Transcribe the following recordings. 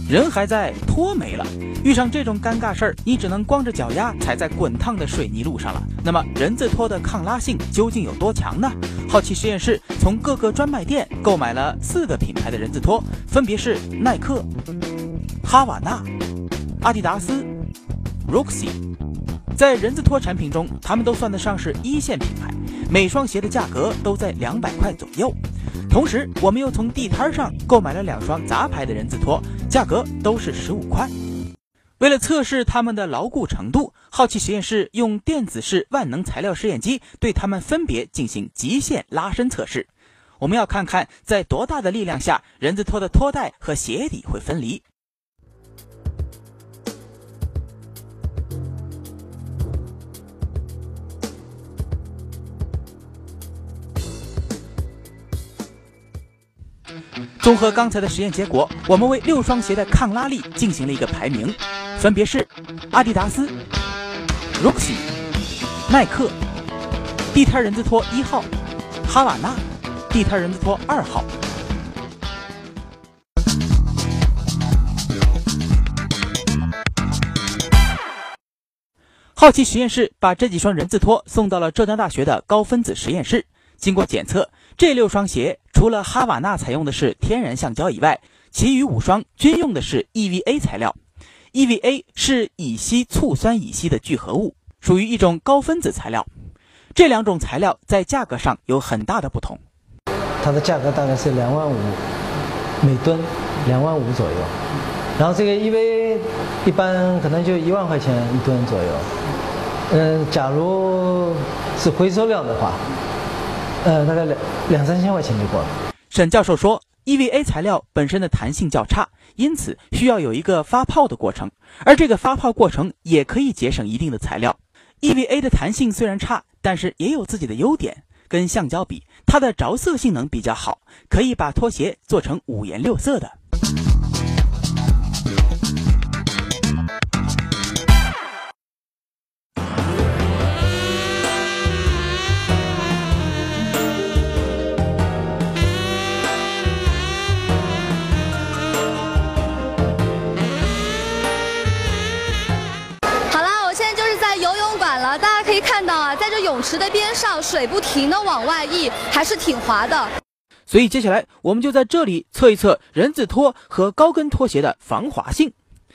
人还在，拖没了。遇上这种尴尬事儿，你只能光着脚丫踩在滚烫的水泥路上了。那么人字拖的抗拉性究竟有多强呢？好奇实验室从各个专卖店购买了4个品牌的人字拖，分别是耐克、哈瓦那、阿迪达斯、Roxy。在人字拖产品中，他们都算得上是一线品牌，每双鞋的价格都在200块左右。同时我们又从地摊上购买了2双杂牌的人字拖，价格都是15块。为了测试它们的牢固程度，好奇实验室用电子式万能材料试验机对它们分别进行极限拉伸测试。我们要看看在多大的力量下，人字拖的拖带和鞋底会分离。综合刚才的实验结果，我们为6双鞋的抗拉力进行了一个排名，分别是阿迪达斯、Roxy、耐克、地摊人字拖1号、哈瓦那、地摊人字拖2号。好奇实验室把这几双人字拖送到了浙江大学的高分子实验室，经过检测，这6双鞋除了哈瓦那采用的是天然橡胶以外，其余5双均用的是 EVA 材料。EVA 是乙烯醋酸乙烯的聚合物，属于一种高分子材料。这2种材料在价格上有很大的不同。 它的价格大概是25000每吨，25000左右。然后这个 EVA 一般可能就1万块钱1吨左右。假如是回收料的话，大概2-3千块钱就过了。 沈教授说 EVA 材料本身的弹性较差，因此需要有一个发泡的过程，而这个发泡过程也可以节省一定的材料。EVA 的弹性虽然差，但是也有自己的优点，跟橡胶比，它的着色性能比较好，可以把拖鞋做成5颜6色的。 可以看到啊，在这泳池的边上，水不停地往外溢，还是挺滑的。 所以接下来我们就在这里测一测人字拖和高跟拖鞋的防滑性。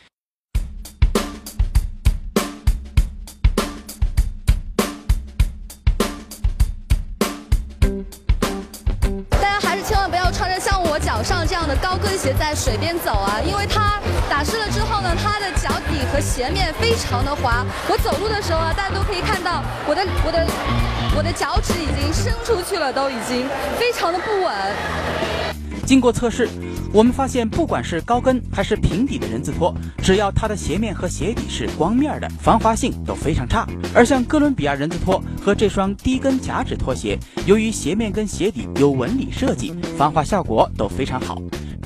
大家还是千万不要穿着像我脚上这样的高跟鞋在水边走啊，因为它打湿了之后呢，它的脚底和鞋面非常的滑。我走路的时候啊，大家都可以看到我的脚趾已经伸出去了，都已经非常的不稳。 经过测试，我们发现不管是高跟还是平底的人字拖，只要它的鞋面和鞋底是光面的，防滑性都非常差。而像哥伦比亚人字拖和这双低跟夹趾拖鞋，由于鞋面跟鞋底有纹理设计，防滑效果都非常好。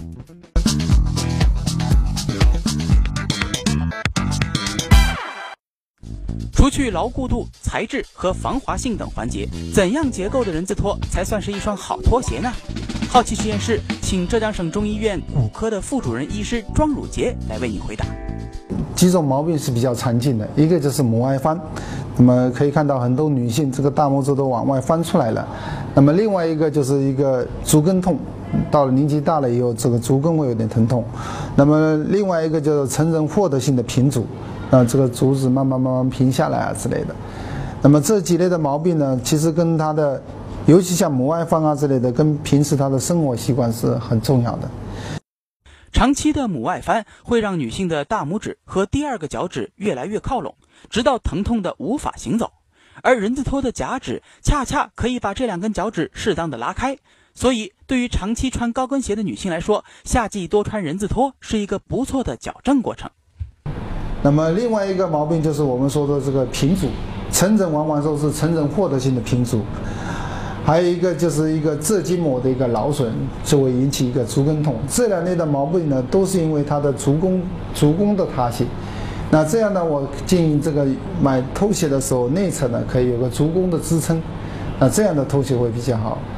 除去牢固度、材质和防滑性等环节，怎样结构的人字拖才算是一双好拖鞋呢？好奇实验室请浙江省中医院骨科的副主任医师庄汝杰来为你回答。 几种毛病是比较常见的，一个就是拇外翻，那么可以看到很多女性这个大拇指都往外翻出来了。那么另外一个就是一个足跟痛，到了年纪大了以后，这个足跟会有点疼痛。那么另外一个就是成人获得性的平足，这个足趾慢慢平下来啊之类的。那么这几类的毛病呢，其实跟他的，尤其像拇外翻啊之类的，跟平时他的生活习惯是很重要的。 长期的拇外翻会让女性的大拇指和第2个脚趾越来越靠拢，直到疼痛的无法行走。而人字拖的夹趾恰恰可以把这2根脚趾适当的拉开，所以对于长期穿高跟鞋的女性来说，夏季多穿人字拖是一个不错的矫正过程。 那么另外一个毛病就是我们说的这个平足，成人往往都是成人获得性的平足。还有一个就是一个腘筋膜的一个劳损，就会引起一个足跟痛。这2类的毛病呢，都是因为它的足弓的塌陷。那这样呢，我建议这个买拖鞋的时候，内侧呢可以有个足弓的支撑，那这样的拖鞋会比较好。